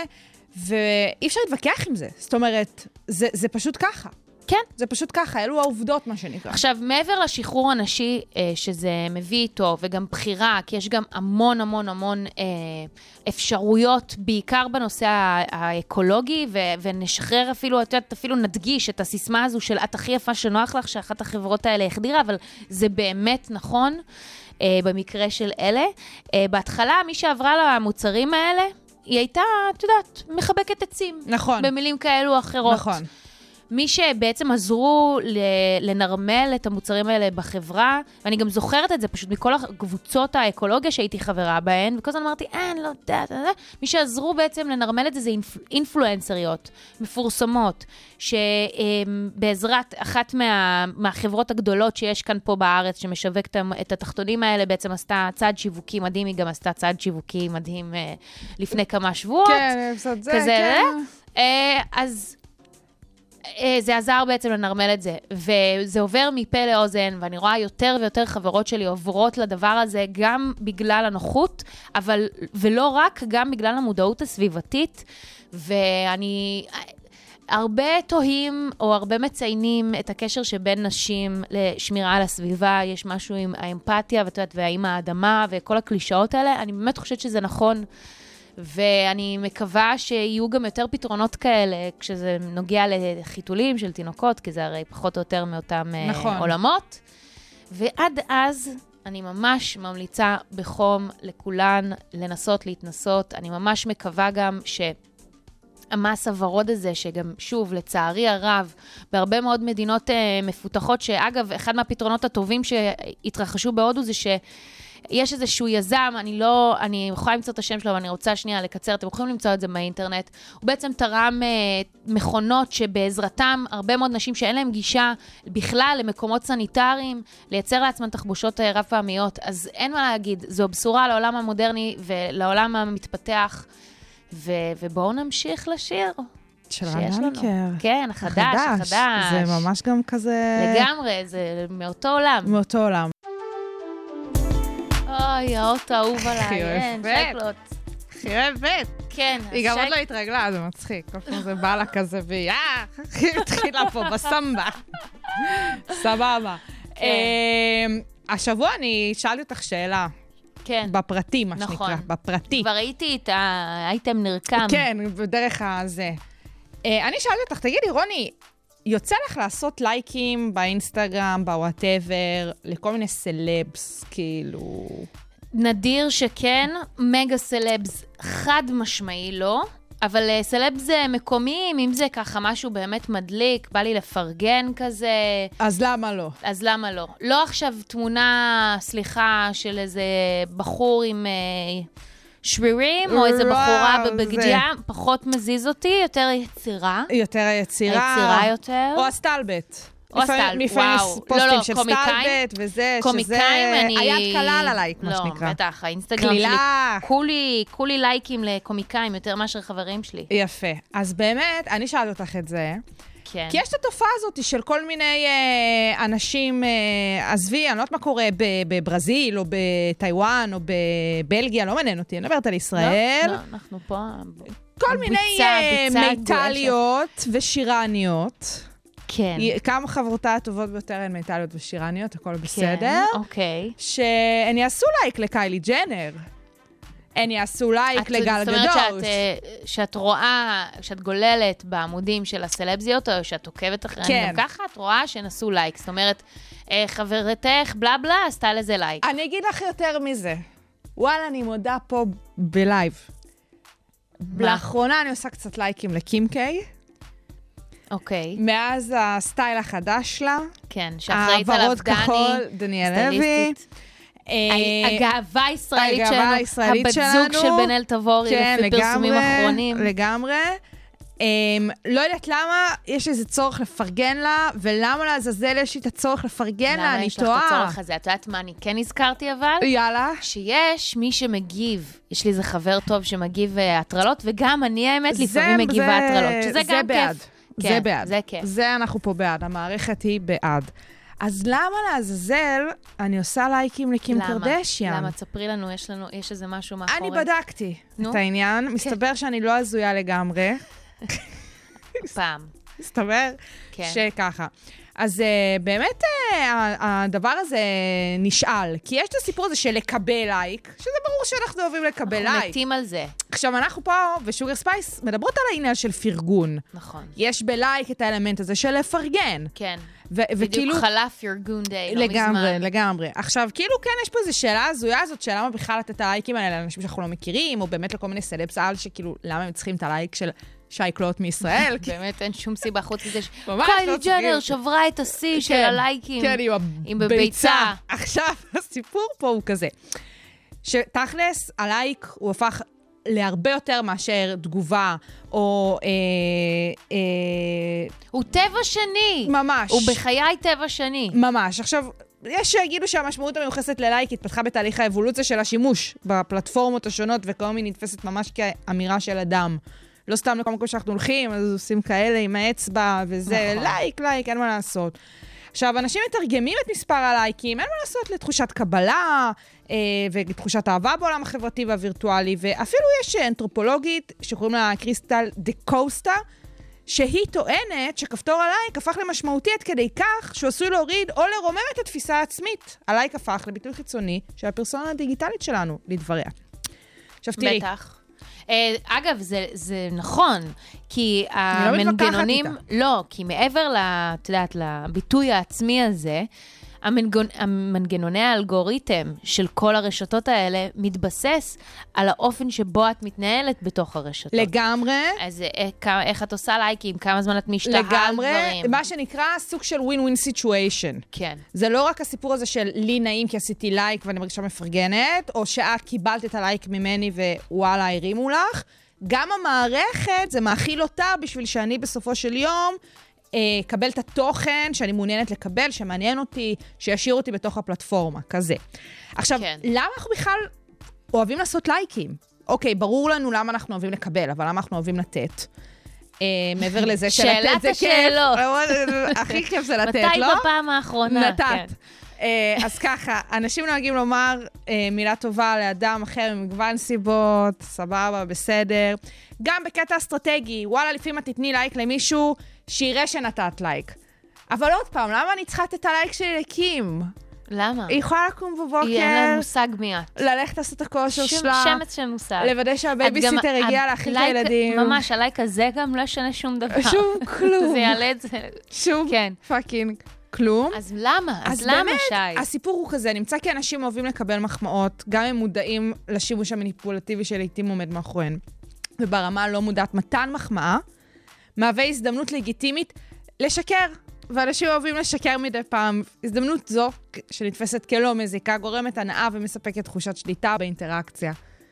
ואי אפשר להתווכח עם זה. זאת אומרת, זה, זה פשוט ככה. כן. זה פשוט ככה, אלו העובדות, מה שנקרא. עכשיו, מעבר לשחרור הנשי שזה מביא איתו, וגם בחירה, כי יש גם המון המון המון אה, אפשרויות, בעיקר בנושא האקולוגי, ו- ונשחרר אפילו, את יודעת, אפילו נדגיש את הסיסמה הזו של את הכי יפה שנוח לך, שאחת החברות האלה החדירה, אבל זה באמת נכון אה, במקרה של אלה. אה, בהתחלה, מי שעברה למוצרים האלה, היא הייתה, את יודעת, מחבקת עצים. נכון. במילים כאלו או אחרות. נכון. מי שבעצם עזרו לנרמל את המוצרים האלה בחברה, ואני גם זוכרת את זה פשוט מכל הקבוצות האקולוגיה שהייתי חברה בהן, וכל הזמן אמרתי, אה, אני לא יודעת, מי שעזרו בעצם לנרמל את זה, זה אינפלואנסריות, מפורסמות, שבעזרת אחת מה, מהחברות הגדולות שיש כאן פה בארץ, שמשווקת את התחתונים האלה, בעצם עשתה צעד שיווקי מדהים, היא גם עשתה צעד שיווקי מדהים לפני כמה שבועות. כן, זה, כזה, כן. אז... זה עזר בעצם לנרמל את זה, וזה עובר מפה לאוזן, ואני רואה יותר ויותר חברות שלי עוברות לדבר הזה, גם בגלל הנוחות, אבל, ולא רק, גם בגלל המודעות הסביבתית, ואני, הרבה תוהים, או הרבה מציינים את הקשר שבין נשים לשמירה על הסביבה, יש משהו עם האמפתיה, ואת יודעת, ועם האדמה, וכל הקלישאות האלה, אני באמת חושבת שזה נכון, ואני מקווה שיהיו גם יותר פתרונות כאלה, כשזה נוגע לחיתולים של תינוקות, כי זה הרי פחות או יותר מאותם נכון. עולמות. ועד אז אני ממש ממליצה בחום לכולן לנסות להתנסות. אני ממש מקווה גם שהמס הוורוד הזה, שגם שוב, לצערי הרב, בהרבה מאוד מדינות מפותחות, שאגב, אחד מהפתרונות הטובים שהתרחשו בהודו זה ש... יש איזשהו יזם, אני לא, אני יכולה למצוא את השם שלו, אבל אני רוצה שנייה לקצר, אתם יכולים למצוא את זה באינטרנט. הוא בעצם תרם אה, מכונות שבעזרתם הרבה מאוד נשים שאין להם גישה בכלל למקומות סניטריים, לייצר לעצמן תחבושות רב פעמיות. אז אין מה להגיד, זו בשורה לעולם המודרני ולעולם המתפתח, ו- ובואו נמשיך לשיר. של שיש רן לנו. לנקר. כן, החדש, החדש. זה ממש גם כזה... לגמרי, זה מאותו עולם. מאותו עולם. אוי, האות האהוב עליי, אין, אוהבת. שייקלוט. הכי אוהבת. כן, היא גם עוד שייק- לא התרגלה, זה מצחיק. כל פעם זה בא לה כזה, והיא אה, היא התחילה פה בסמבה. סבבה. אמ, השבוע אני שאלתי אותך שאלה, כן, בפרטי, מה נכון. שנקרא, בפרטי. כבר ראיתי את האייטם נרקם. כן, בדרך הזה. אה, אני שאלתי אותך, תגידי, רוני, יוצא לך לעשות לייקים באינסטגרם, בוואטאבר, לכל מיני סלבס, כאילו... נדיר שכן, מגה סלבס חד משמעי לא, אבל אה, סלבס אה, מקומיים, אם זה ככה משהו באמת מדליק, בא לי לפרגן כזה, אז למה לא? אז למה לא? לא עכשיו תמונה, סליחה, של איזה בחור עם אה, שרירים, או איזה וואו, בחורה זה- בבגדיה, פחות מזיז אותי, יותר יצירה. יותר היצירה. היצירה יותר. או הסטלבט. או לפעמים- הסטל- לפעמים וואו. יש פוסטים לא, לא, של קומיקאים. סטלבט וזה, קומיקאים, שזה... אני... היד קלה על הלייק, מה לא, שנקרא. בטח, האינסטגרם שלי, קלילה. כולי, כולי לייקים לקומיקאים, יותר מאשר חברים שלי. יפה. אז באמת, אני שאלתי אותך את זה, כן. כי יש את התופעה הזאת של כל מיני אה, אנשים, אה, עזבי, אני לא יודעת מה קורה ב- בברזיל, או בטיוואן, או בבלגיה, לא מעניין אותי, אני מדברת על ישראל. לא, לא, אנחנו פה... כל מיני ביצה, אה, ביצה מיטליות ושירניות. כן. כמה חברותיי הטובות ביותר הן מיטליות ושירניות, הכל בסדר. כן, אוקיי. שהן יעשו לייק לקיילי ג'נר. הן יעשו לייק את- לגל זאת אומרת גדוש. שאת, אה, שאת רואה, שאת גוללת בעמודים של הסלבזיות, או שאת עוקבת אחריהן כן. גם ככה, את רואה שהן עשו לייק. זאת אומרת, אה, חברתך, בלה בלה, עשתה לזה לייק. אני אגיד לך יותר מזה. וואלה, אני מודה פה בלייב. לאחרונה אני עושה קצת לייקים לקים קיי. אוקיי. מאז הסטייל החדש שלה. כן, שאחראית עליו הוורוד דני, כחול, דניאל לוי. סטייליסטית. אה, הגאווה הישראלית הגאווה שלנו, הישראלית הבת שלנו. זוג של בן אל תבורי, כן, לפי פרסומים לגמרי, אחרונים. לגמרי. Um, לא יודעת למה יש איזה צורך לפרגן לה, ולמה לעזאזל יש לי את הצורך לפרגן לה, אני למה יש לך את טועה. הצורך הזה? את יודעת מה אני כן הזכרתי אבל? יאללה. שיש מי שמגיב, יש לי איזה חבר טוב שמגיב אה, הטרלות, וגם אני האמת זה- לפעמים מגיבה זה- הטרלות, שזה זה גם בעד. כיף. זה כן, בעד. זה כיף. זה אנחנו פה בעד, המערכת היא בעד. אז למה לעזאזל אני עושה לייקים לקים למה? קרדשיאן? למה? תספרי לנו, יש לנו, יש איזה משהו מאחורי. אני בדקתי נו. את העניין, מסתבר שאני לא הזויה לגמרי. פעם. מסתבר כן. שככה. אז uh, באמת uh, הדבר הזה נשאל, כי יש את הסיפור הזה של לקבל לייק, שזה ברור שאנחנו אוהבים לקבל אנחנו לייק. מתים על זה. עכשיו, אנחנו פה ושוגר ספייס מדברות על העניין של פרגון. נכון. יש בלייק את האלמנט הזה של לפרגן. כן. ו- וכאילו... בדיוק חלף ארגון די, לא לגמרי, מזמן. לגמרי. עכשיו, כאילו כן, יש פה איזו שאלה הזויה הזאת, של למה בכלל לתת את הלייקים האלה לאנשים שאנחנו לא מכירים, או באמת לכל מיני סלבס על, שכאילו, למה הם צריכים את הלייק של שייקלוט מישראל? באמת אין שום סיבה חוץ מזה ש... ממש קיילי לא צריכים. ג'נר שברה את השיא של כן, הלייקים. כן, עם עם הביצה. בביצה. עכשיו, הסיפור פה הוא כזה, שתכלס, הלייק הוא הפך להרבה יותר מאשר תגובה, או... אה, אה, הוא טבע שני. ממש. הוא בחיי טבע שני. ממש. עכשיו, יש שיגידו שהמשמעות המיוחסת ללייק התפתחה בתהליך האבולוציה של השימוש בפלטפורמות השונות, וכיום היא נתפסת ממש כאמירה של אדם. לא סתם לכל מקום שאנחנו הולכים, אז עושים כאלה עם האצבע, וזה נכון. לייק, לייק, אין מה לעשות. עכשיו, אנשים מתרגמים את מספר הלייקים, אין מה לעשות לתחושת קבלה, אה, ותחושת אהבה בעולם החברתי והווירטואלי, ואפילו יש אנתרופולוגית שקוראים לה קריסטל דה קוסטה, שהיא טוענת שכפתור הלייק הפך למשמעותי עד כדי כך שהוא עשוי להוריד או לרומם את התפיסה העצמית. הלייק הפך לביטוי חיצוני של הפרסונה הדיגיטלית שלנו, לדבריה. עכשיו תראי. בטח. אה, אגב, זה, זה נכון, כי אני לא מתווכחת המנגנונים... איתה. לא, כי מעבר, ל- את יודעת, לביטוי העצמי הזה, המנגנ... המנגנוני האלגוריתם של כל הרשתות האלה מתבסס על האופן שבו את מתנהלת בתוך הרשתות. לגמרי. אז אה, כמה- איך את עושה לייקים, כמה זמן את משתהה על לגמרי, דברים. מה שנקרא סוג של win-win situation. כן. זה לא רק הסיפור הזה של לי נעים כי עשיתי לייק ואני מרגישה מפרגנת, או שאת קיבלת את הלייק ממני ווואלה, הרימו לך. גם המערכת, זה מאכיל אותה בשביל שאני בסופו של יום אה, קבל את התוכן שאני מעוניינת לקבל, שמעניין אותי, שישאיר אותי בתוך הפלטפורמה, כזה. עכשיו, כן. למה אנחנו בכלל אוהבים לעשות לייקים? אוקיי, ברור לנו למה אנחנו אוהבים לקבל, אבל למה אנחנו אוהבים לתת? מעבר לזה של שאלת לתת זה השאלות. כיף. הכי כיף זה לתת, לא? מתי בפעם האחרונה? נתת. כן. אז ככה, אנשים נוהגים לומר מילה טובה לאדם אחר ממגוון סיבות, סבבה, בסדר. גם בקטע אסטרטגי, וואלה, לפעמים את תתני לייק למישהו שיראה שנתת לייק. אבל עוד פעם, למה אני צריכה את הלייק שלי לקים? למה? היא יכולה לקום בבוקר, היא אין לה מושג מיד. ללכת לעשות את הכושר שלה, שמץ של מושג. לוודא שהבייביסיטר הגיע להכין את הילדים. ממש, הלייק הזה גם לא ישנה שום דבר. שום כלום. זה יעלה את זה. שום כן. פאקינג כלום. אז למה? אז אז למה, באמת, שי? הסיפור הוא כזה, נמצא כי אנשים אוהבים לקבל מחמאות, גם הם מודעים לשימוש המניפולטיבי שלעיתים עומד מאחוריהן. וברמה הלא מודעת מתן מחמאה, מהווה הזדמנות לגיטימית לשקר. ואנשים אוהבים לשקר מדי פעם. הזדמנות זו, שנתפסת כלא מזיקה, גורמת הנאה ומספקת תחושת שליטה באינטראקציה.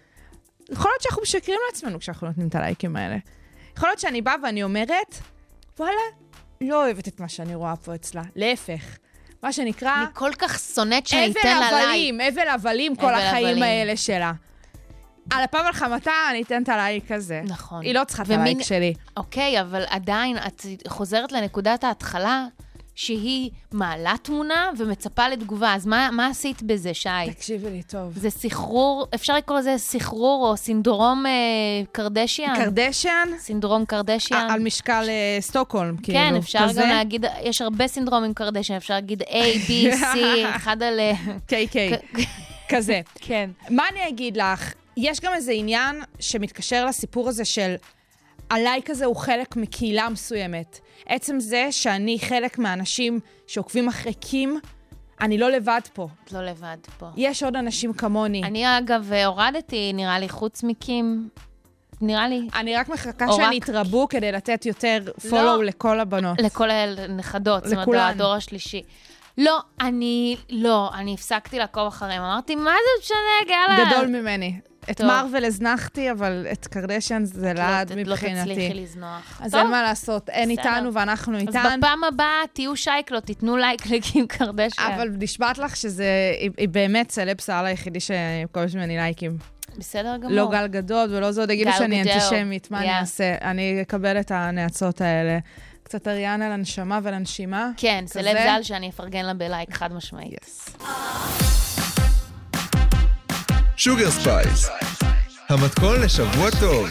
יכול להיות שאנחנו משקרים לעצמנו כשאנחנו נותנים את הלייקים האלה. יכול להיות שאני באה ואני אומרת, וואלה, לא אוהבת את מה שאני רואה פה אצלה. להפך. מה שנקרא... אני כל כך שונאת שאני אתן לה לייק. אבל הבלים, אבל הבלים כל החיים האלה שלה. על הפעם על חמתה אני אתן את הלייק הזה. נכון. היא לא צריכה את הלייק שלי. אוקיי, אבל עדיין את חוזרת לנקודת ההתחלה, שהיא מעלה תמונה ומצפה לתגובה. אז מה, מה עשית בזה, שי? תקשיבי לי טוב. זה סחרור, אפשר לקרוא לזה סחרור או סינדרום אה, קרדשיאן? קרדשיאן? סינדרום קרדשיאן. על משקל אה, סטוקהולם, כאילו. כן, אפשר כזה. גם להגיד, יש הרבה סינדרומים קרדשיאן, אפשר להגיד A, B, C, אחד על... קיי קיי. כזה. כן. מה אני אגיד לך? יש גם איזה עניין שמתקשר לסיפור הזה של הלייק הזה הוא חלק מקהילה מסוימת. עצם זה שאני חלק מהאנשים שעוקבים אחרי קים, אני לא לבד פה. את לא לבד פה. יש עוד אנשים כמוני. אני אגב הורדתי, נראה לי, חוץ מקים, נראה לי. אני רק מחכה שהם יתרבו כדי לתת יותר פולו לכל הבנות. לכל הנכדות, זאת אומרת, הדור השלישי. לא, אני, לא, אני הפסקתי לעקוב אחריהם. אמרתי, מה זה משנה, גאלה? גדול ממני. את מרוול הזנחתי, אבל את קרדשיאן זה לעד מבחינתי. לא תצליחי לזנוח. אז אין מה לעשות, אין איתנו ואנחנו איתן. אז בפעם הבאה תהיו שייקלות, תיתנו לייק לקים קרדשיאן. אבל נשבעת לך שזה, היא באמת סלבס העל היחידי שקובש ממני לייקים. בסדר גמור. לא גל גדות ולא זאת, תגידו שאני אנטישמית, מה אני אעשה? אני אקבל את הנאצות האלה. קצת אריאנה לנשמה ולנשימה. כן, סלב זל שאני אפרגן לה בלייק חד משמעית. שוגר ספייס, המתכון לשבוע טוב.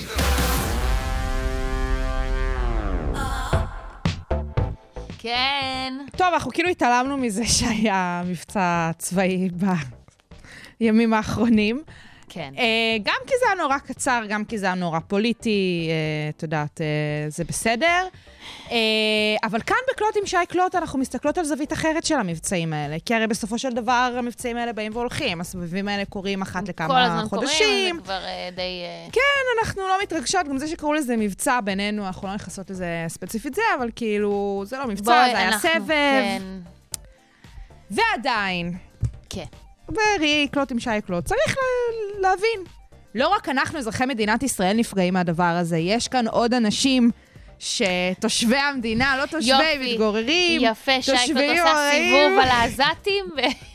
כן. טוב, אנחנו כאילו התעלמנו מזה שהיה מבצע צבאי בימים האחרונים. כן. גם כי זה היה נורא קצר, גם כי זה היה נורא פוליטי, את יודעת, זה בסדר. אבל כאן בקלוט עם שי קלוט אנחנו מסתכלות על זווית אחרת של המבצעים האלה, כי הרי בסופו של דבר המבצעים האלה באים והולכים, הסבבים האלה קורים אחת לכמה חודשים. כל הזמן קורים, זה כבר די... כן, אנחנו לא מתרגשות, גם זה שקראו לזה מבצע בינינו, אנחנו לא נכנסות לזה ספציפית זה, אבל כאילו, זה לא מבצע, זה היה סבב. ועדיין. כן. וראי קלוט עם שי קלוט, צריך להבין. לא רק אנחנו, אזרחי מדינת ישראל, נפגעים מהדבר הזה, יש כאן עוד אנשים שתושבי המדינה, לא תושבי, מתגוררים. יפה, שי קלוט עושה סיבוב על העזתים.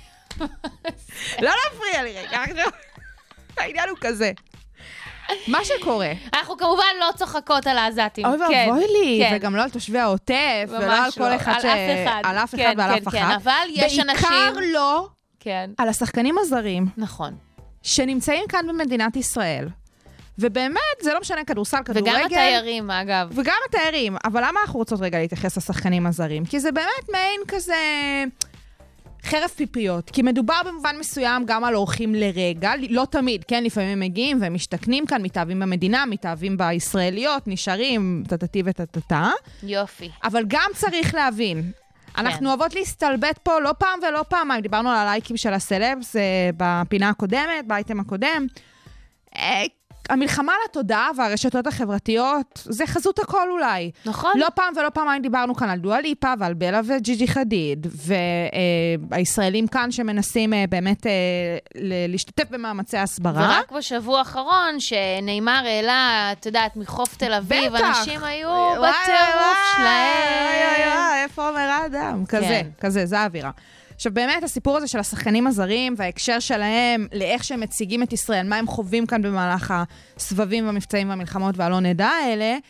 לא להפריע לי רגע, העניין הוא כזה. מה שקורה. אנחנו כמובן לא צוחקות על העזתים. אוי ואבוי לי, וגם לא על תושבי העוטף, ולא על כל אחד ש... על אף אחד ועל אף אחד. אבל יש אנשים... בעיקר לא כן. על השחקנים הזרים. נכון. שנמצאים כאן במדינת ישראל. ובאמת, זה לא משנה כדורסל, כדורגל. וגם התיירים, אגב. וגם התיירים. אבל למה אנחנו רוצות רגע להתייחס לשחקנים הזרים? כי זה באמת מעין כזה חרב פיפיות. כי מדובר במובן מסוים גם על אורחים לרגע, לא תמיד, כן? לפעמים הם מגיעים והם משתכנים כאן, מתאהבים במדינה, מתאהבים בישראליות, נשארים תתתי ותתתה. יופי. אבל גם צריך להבין, אנחנו אוהבות להסתלבט פה לא פעם ולא פעם, דיברנו על הלייקים של הסלבס בפינה הקודמת, באייטם הקודם. המלחמה לתודעה והרשתות החברתיות, זה חזות הכל אולי. נכון. לא פעם ולא פעמיים דיברנו כאן על דואה ליפה ועל בלה וג'יג'י חדיד, והישראלים כאן שמנסים באמת להשתתף במאמצי הסברה. ורק בשבוע האחרון, שניימר העלה, את יודעת, מחוף תל אביב, אנשים היו בטירוף שלהם. איפה אומר האדם? כזה, כזה, זה האווירה. עכשיו, באמת, הסיפור הזה של השחקנים הזרים וההקשר שלהם לאיך שהם מציגים את ישראל, מה הם חווים כאן במהלך הסבבים והמבצעים והמלחמות והלא נדע האלה,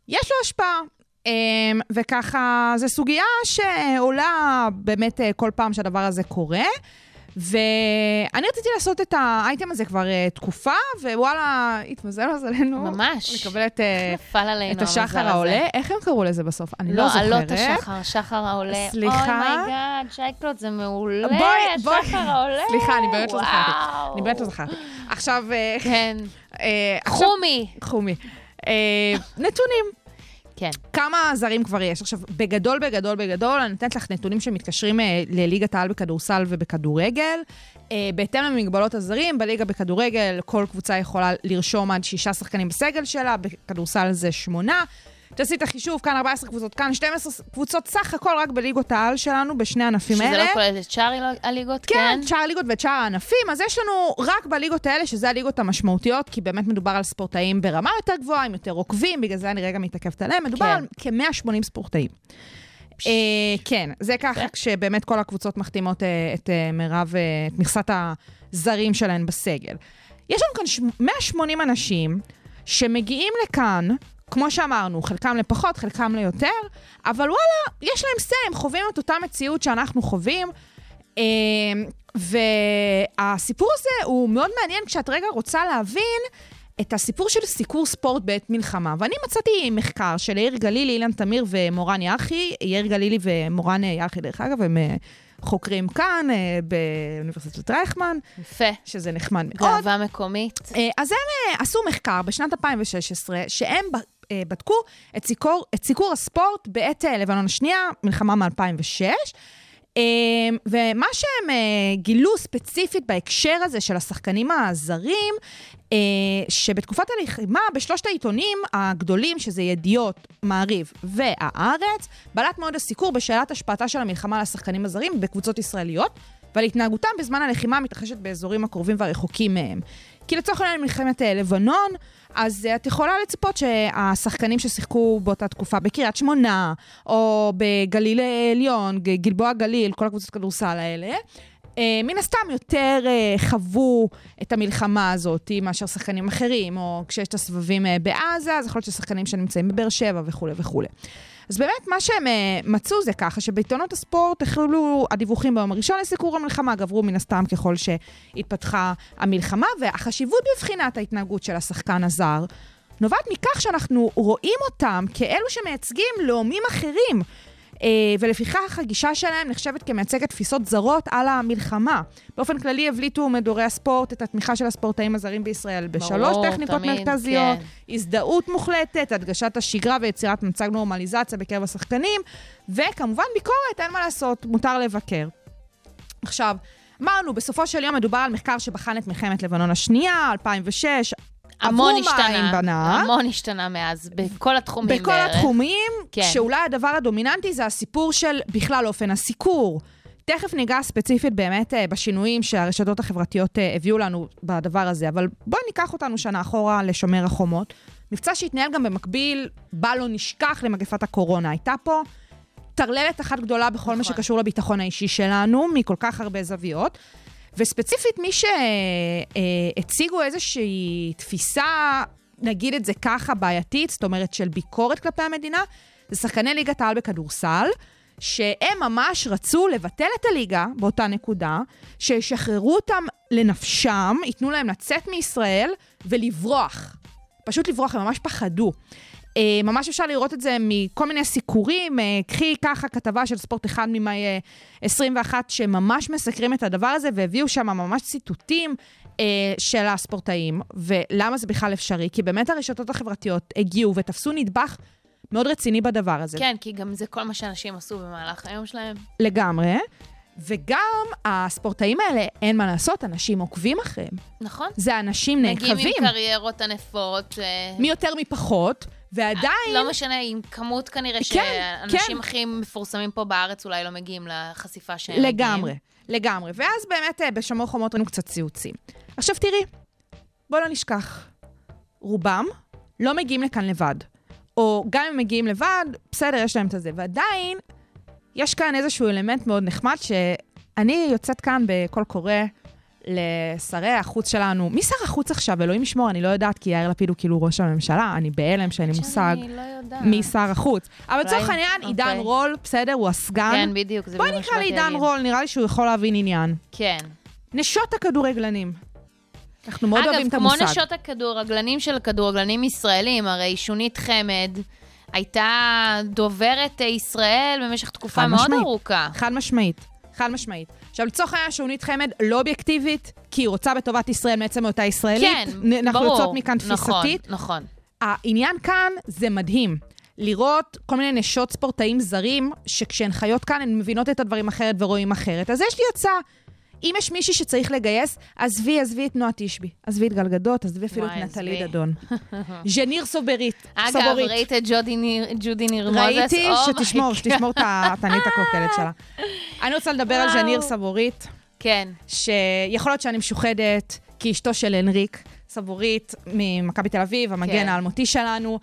יש לו השפעה. וככה, זו סוגיה שעולה באמת כל פעם שהדבר הזה קורה, ואני רציתי לעשות את האייטם הזה כבר תקופה, ווואלה, התמזל מזלנו. ממש. לקבלת נפל עלינו את השחר העולה. איך הם קראו לזה בסוף? אני לא לא, זוכרת. עלות השחר, שחר העולה. סליחה. אוי מייגאד, שייקלוט, זה מעולה. בואי, בואי. השחר העולה. סליחה, אני באמת לא זכרתי. וואו. אני באמת לא זכרתי. עכשיו... כן. אה, עכשיו- חומי. חומי. אה, נתונים. כן. כמה זרים כבר יש? עכשיו, בגדול, בגדול, בגדול, אני נותנת לך נתונים שמתקשרים אה, לליגת העל בכדורסל ובכדורגל. אה, בהתאם למגבלות הזרים, בליגה בכדורגל, כל קבוצה יכולה לרשום עד שישה שחקנים בסגל שלה, בכדורסל זה שמונה. תעשי את החישוב, כאן ארבע עשרה קבוצות, כאן שתים עשרה קבוצות סך הכל רק בליגות העל שלנו, בשני הענפים האלה. שזה לא כולל את שאר הליגות, כן? כן? כן, שאר הליגות ואת שאר הענפים, אז יש לנו רק בליגות האלה, שזה הליגות המשמעותיות, כי באמת מדובר על ספורטאים ברמה יותר גבוהה, עם יותר עוקבים, בגלל זה אני רגע מתעכבת עליהם, מדובר כן. על כ-מאה ושמונים ספורטאים. אה, כן, זה ככה כשבאמת כל הקבוצות מחתימות אה, את אה, מירב, אה, את מכסת הזרים שלהן בסגל. יש לנו כאן ש- מאה ושמונים אנשים שמגיעים לכאן, כמו שאמרנו, חלקם לפחות, חלקם ליותר, אבל וואלה, יש להם סי, הם חווים את אותה מציאות שאנחנו חווים, והסיפור הזה הוא מאוד מעניין כשאת רגע רוצה להבין את הסיפור של סיקור ספורט בעת מלחמה. ואני מצאתי מחקר של יאיר גלילי, אילן תמיר ומורן ירחי, יאיר גלילי ומורן ירחי דרך אגב, הם חוקרים כאן באוניברסיטת רייכמן, יפה. שזה נחמד מאוד. גאווה מקומית. אז הם עשו מחקר בשנת אלפיים ושש עשרה, שהם בדקו את סיקור, את סיקור הספורט בעת לבנון השנייה, מלחמה מ-אלפיים ושש, ומה שהם גילו ספציפית בהקשר הזה של השחקנים הזרים, שבתקופת הלחימה, בשלושת העיתונים הגדולים, שזה ידיעות, מעריב והארץ, בלט מאוד הסיקור בשאלת השפעתה של המלחמה על השחקנים הזרים בקבוצות ישראליות, ועל התנהגותם בזמן הלחימה מתרחשת באזורים הקרובים והרחוקים מהם. כי לצורך העניין מלחמת לבנון, אז את יכולה לצפות שהשחקנים ששיחקו באותה תקופה בקריית שמונה, או בגליל עליון, גלבוע גליל, כל הקבוצות כדורסל האלה, מן הסתם יותר חוו את המלחמה הזאת מאשר שחקנים אחרים, או כשיש את הסבבים בעזה, אז יכול להיות ששחקנים שנמצאים בבאר שבע וכו' וכו'. אז באמת מה שהם מצאו זה ככה, שבעיתונות הספורט החלו הדיווחים ביום הראשון לסיקור המלחמה, גברו מן הסתם ככל שהתפתחה המלחמה, והחשיבות בבחינת ההתנהגות של השחקן הזר, נובעת מכך שאנחנו רואים אותם כאלו שמייצגים לאומים אחרים, ולפיכך הגישה שלהם נחשבת כמייצגת תפיסות זרות על המלחמה. באופן כללי הבליטו מדורי הספורט את התמיכה של הספורטאים הזרים בישראל בשלוש טכניקות מרכזיות, הזדהות מוחלטת, הדגשת השגרה ויצירת מצג נורמליזציה בקרב השחקנים, וכמובן ביקורת, אין מה לעשות, מותר לבקר. עכשיו, אמרנו, בסופו של יום מדובר על מחקר שבחן את מלחמת לבנון השנייה, אלפיים ושש, המון השתנה, המון השתנה מאז, בכל התחומים בכל בערך. התחומים, כן. שאולי הדבר הדומיננטי זה הסיפור של בכלל אופן הסיקור. תכף ניגע ספציפית באמת בשינויים שהרשתות החברתיות הביאו לנו בדבר הזה, אבל בואי ניקח אותנו שנה אחורה לשומר החומות. מבצע שהתנהל גם במקביל, בא לא נשכח למגפת הקורונה. הייתה פה תרללת אחת גדולה בכל נכון. מה שקשור לביטחון האישי שלנו, מכל כך הרבה זוויות. וספציפית מי שהציגו איזושהי תפיסה, נגיד את זה ככה, בעייתית, זאת אומרת של ביקורת כלפי המדינה, זה שחקני ליגת העל בכדורסל, שהם ממש רצו לבטל את הליגה באותה נקודה, שישחררו אותם לנפשם, ייתנו להם לצאת מישראל ולברוח. פשוט לברוח, הם ממש פחדו. ממש אפשר לראות את זה מכל מיני סיקורים, קחי ככה כתבה של ספורט אחד ממאי עשרים ואחת, שממש מסקרים את הדבר הזה, והביאו שם ממש ציטוטים של הספורטאים, ולמה זה בכלל אפשרי? כי באמת הרשתות החברתיות הגיעו ותפסו נדבך מאוד רציני בדבר הזה. כן, כי גם זה כל מה שאנשים עשו במהלך היום שלהם. לגמרי. וגם הספורטאים האלה, אין מה לעשות, אנשים עוקבים אחריהם. נכון. זה אנשים נעקבים. מגיעים עם קריירות ענפות. מי יותר מפחות, ועדיין... לא משנה, עם כמות כנראה שאנשים הכי מפורסמים פה בארץ אולי לא מגיעים לחשיפה שהם מגיעים. לגמרי, לגמרי. ואז באמת בשומר חומות ראינו קצת ציוצים. עכשיו תראי, בוא לא נשכח. רובם לא מגיעים לכאן לבד. או גם אם מגיעים לבד, בסדר, יש להם את זה. ועדיין, יש כאן איזשהו אלמנט מאוד נחמד, שאני יוצאת כאן בכל קורא לשרי החוץ שלנו. מי שר החוץ עכשיו? אלוהים ישמור, אני לא יודעת, כי יאיר לפיד הוא כאילו ראש הממשלה, אני בהלם שאין לי מושג מי שר החוץ. אבל לצורך העניין, עידן רול, בסדר, הוא הסגן. כן, בדיוק. בואי נקרא לעידן רול, נראה לי שהוא יכול להבין עניין. כן. נשות הכדורגלנים. אנחנו מאוד אוהבים את אגב, המושג. כמו נשות הכדורגלנים של כדורגלנים ישראלים, הרי שונית חמד הייתה דוברת ישראל במשך תקופה מאוד ארוכה. חד משמעית. חד משמעית. עכשיו, לצורך העניין שונית חמד לא אובייקטיבית, כי היא רוצה בטובת ישראל מעצם אותה ישראלית. כן, אנחנו ברור. יוצאות מכאן תפיסתית. נכון, נכון. העניין כאן זה מדהים. לראות כל מיני נשות ספורטאים זרים, שכשהן חיות כאן, הן מבינות את הדברים אחרת ורואים אחרת. אז יש לי הצעה. אם יש מישהי שצריך לגייס, עזבי, עזבי את נועה תשבי. עזבי את גלגדות, עזבי אפילו את נטלי דדון. ז'ניר סוברית. אגב, ראית את ג'ודי ניר מוזס? ראיתי שתשמור, שתשמור את התענית הקוקלת שלה. אני רוצה לדבר על ז'ניר סבורית. כן. שיכול להיות שאני משוחדת, כי אשתו של הנריק, סבורית ממכבי תל אביב, המגן האלמותי שלנו.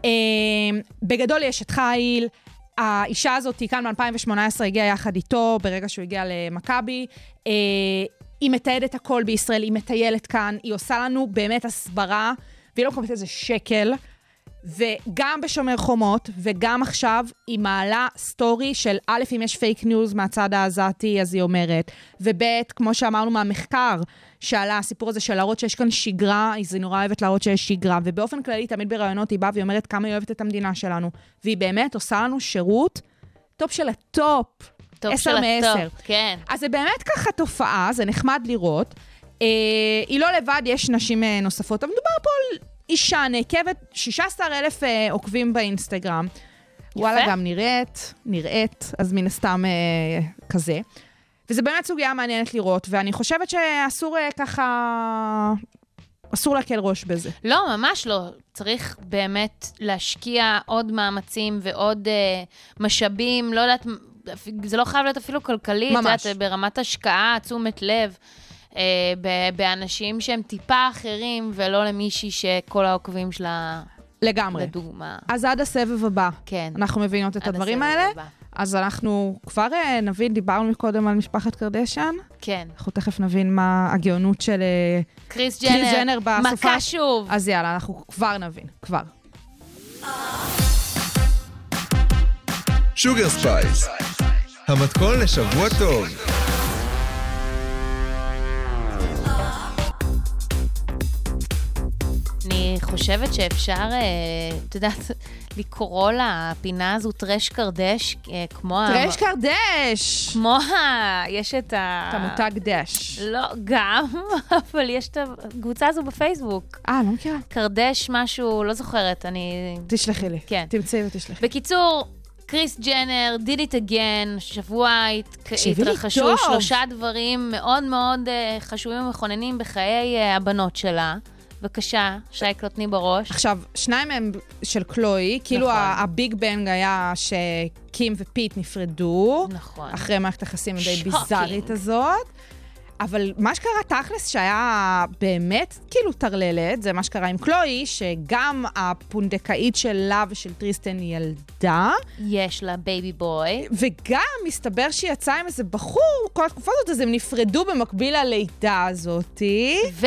בגדול יש את חיל, האישה הזאת היא כאן ב-אלפיים שמונה עשרה הגיעה יחד איתו, ברגע שהוא הגיע למכבי. אה, היא מתעדת הכל בישראל, היא מטיילת כאן, היא עושה לנו באמת הסברה, והיא לא מקבלת איזה שקל, וגם בשומר חומות, וגם עכשיו היא מעלה סטורי של א', אם יש פייק ניוז מהצד העזתי, אז היא אומרת, וב', כמו שאמרנו מהמחקר, שעלה הסיפור הזה של להראות שיש כאן שגרה, היא נורא אוהבת להראות שיש שגרה, ובאופן כללי, תמיד ברעיונות היא באה והיא אומרת כמה היא אוהבת את המדינה שלנו, והיא באמת עושה לנו שירות טופ של הטופ, טופ עשר של מעשר. הטופ, כן. אז זה באמת ככה תופעה, זה נחמד לראות. אה, היא לא לבד, יש נשים אה, נוספות, אבל מדובר פה על אישה נעקבת, שישה עשר אלף אה, עוקבים באינסטגרם. וואלה, גם נראית, נראית, אז מן הסתם אה, כזה. וזה באמת סוגיה מעניינת לראות, ואני חושבת שאסור אה, ככה, אסור להקל ראש בזה. לא, ממש לא. צריך באמת להשקיע עוד מאמצים ועוד אה, משאבים, לא יודעת, זה לא חייב להיות אפילו כלכלי, ממש. יודעת, ברמת השקעה, תשומת לב, אה, באנשים שהם טיפה אחרים, ולא למישהי שכל העוקבים שלה... לגמרי. לדוגמה. אז עד הסבב הבא. כן. אנחנו מבינות את הדברים האלה. הבא. אז אנחנו כבר נבין, דיברנו מקודם על משפחת קרדשן. כן. אנחנו תכף נבין מה הגאונות של קריס ג'נר, ג'נר בסופה. מכה שוב. אז יאללה, אנחנו כבר נבין, כבר. שוגר ספייס, המתכון לשבוע טוב. אני חושבת שאפשר, את יודעת, לקרוא לפינה הזו טרש קרדש, כמו... טרש קרדש! כמו ה... יש את ה... את המותג דש. לא, גם, אבל יש את הקבוצה הזו בפייסבוק. אה, לא מכירה. קרדש משהו, לא זוכרת, אני... תשלחי לי. כן. תמצאי ותשלחי. בקיצור, קריס ג'נר, did it again, שבוע התרחשו שלושה דברים מאוד מאוד חשובים ומכוננים בחיי הבנות שלה. בבקשה, שייקלו תני בראש. עכשיו, שניים מהם של קלוי, כאילו נכון. הביג בנג היה שקים ופיט נפרדו, נכון. אחרי מערכת היחסים די שוקינג. ביזארית הזאת, אבל מה שקרה תכלס שהיה באמת כאילו תרללת, זה מה שקרה עם קלוי, שגם הפונדקאית שלה ושל טריסטן ילדה. יש לה בייבי בוי. וגם מסתבר שהיא יצאה עם איזה בחור, כל התקופה הזאת, אז הם נפרדו במקביל ללידה הזאת. ו...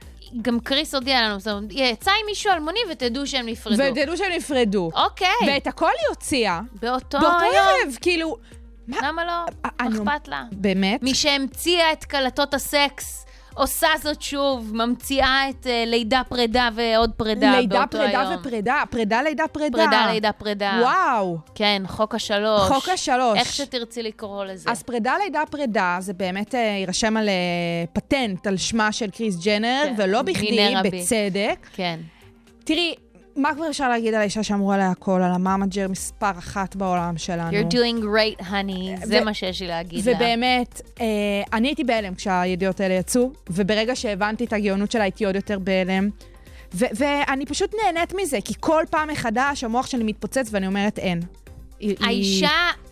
גם קריס הודיע לנו, יצא עם מישהו אלמוני ותדעו שהם נפרדו. ותדעו שהם נפרדו. אוקיי. ואת הכל היא הוציאה. באותו באותו היום. ערב, כאילו... למה לא? אני- אכפת לה. באמת? מי שהמציאה את קלטות הסקס, עושה זאת שוב, ממציאה את אה, לידה פרידה ועוד פרידה לידה, באותו פרידה היום. ופרידה. פרידה, לידה, פרידה. פרידה, לידה, פרידה. וואו. כן, חוק השלוש. חוק השלוש. איך שתרצי לקרוא לזה. אז פרידה, לידה, פרידה, זה באמת אה, יירשם על אה, פטנט, על שמה של קריס ג'נר, כן. ולא בכדי, מיני רבי. בצדק. כן. תראי, מה כבר אפשר להגיד על האישה שאמרו עליה הכל, על המאמג'ר מספר אחת בעולם שלנו? You're doing great, honey. זה מה שיש לי להגיד לה. ובאמת, אה, אני הייתי בהלם כשהידיעות האלה יצאו, וברגע שהבנתי את הגאונות שלה, הייתי עוד יותר בהלם. ו- ואני פשוט נהנית מזה, כי כל פעם מחדש המוח שלי מתפוצץ ואני אומרת אין. היא- האישה,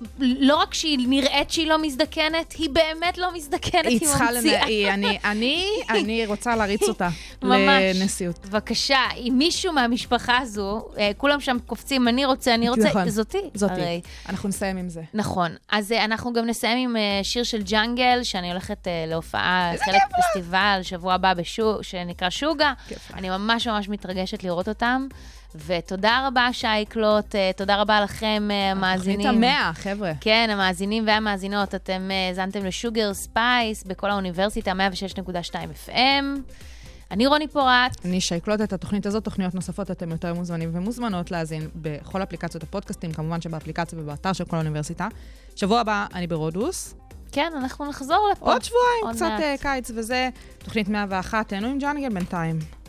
לא רק שהיא נראית שהיא לא מזדקנת, היא באמת לא מזדקנת, היא היא צריכה ממציאה. לנ... היא, אני, אני, אני רוצה להריץ אותה. ממש. לנשיאות. בבקשה, אם מישהו מהמשפחה הזו, כולם שם קופצים, אני רוצה, אני רוצה, נכון. זאתי. זאתי. הרי. אנחנו נסיים עם זה. נכון. אז אנחנו גם נסיים עם שיר של ג'אנגל, שאני הולכת להופעה, חלק פסטיבל, שבוע הבא בשו, שנקרא שוגה. אני ממש ממש מתרגשת לראות אותם. ותודה רבה, שייקלוט, תודה רבה לכם, המאזינים. התוכנית המאה, חבר'ה. כן, המאזינים והמאזינות, אתם זנתם לשוגר ספייס, בכל האוניברסיטה, מאה ושש נקודה שתיים אף אם. אני רוני פורט. אני שייקלוט את התוכנית הזאת, תוכניות נוספות, אתם יותר מוזמנים ומוזמנות להאזין בכל אפליקציות הפודקאסטים, כמובן שבאפליקציה ובאתר של כל האוניברסיטה. שבוע הבא אני ברודוס. כן, אנחנו נחזור לפה. עוד שבועיים, קצת קיץ וזה. תוכנית מאה ואחת, תהנו עם ג'אנגל בינתיים.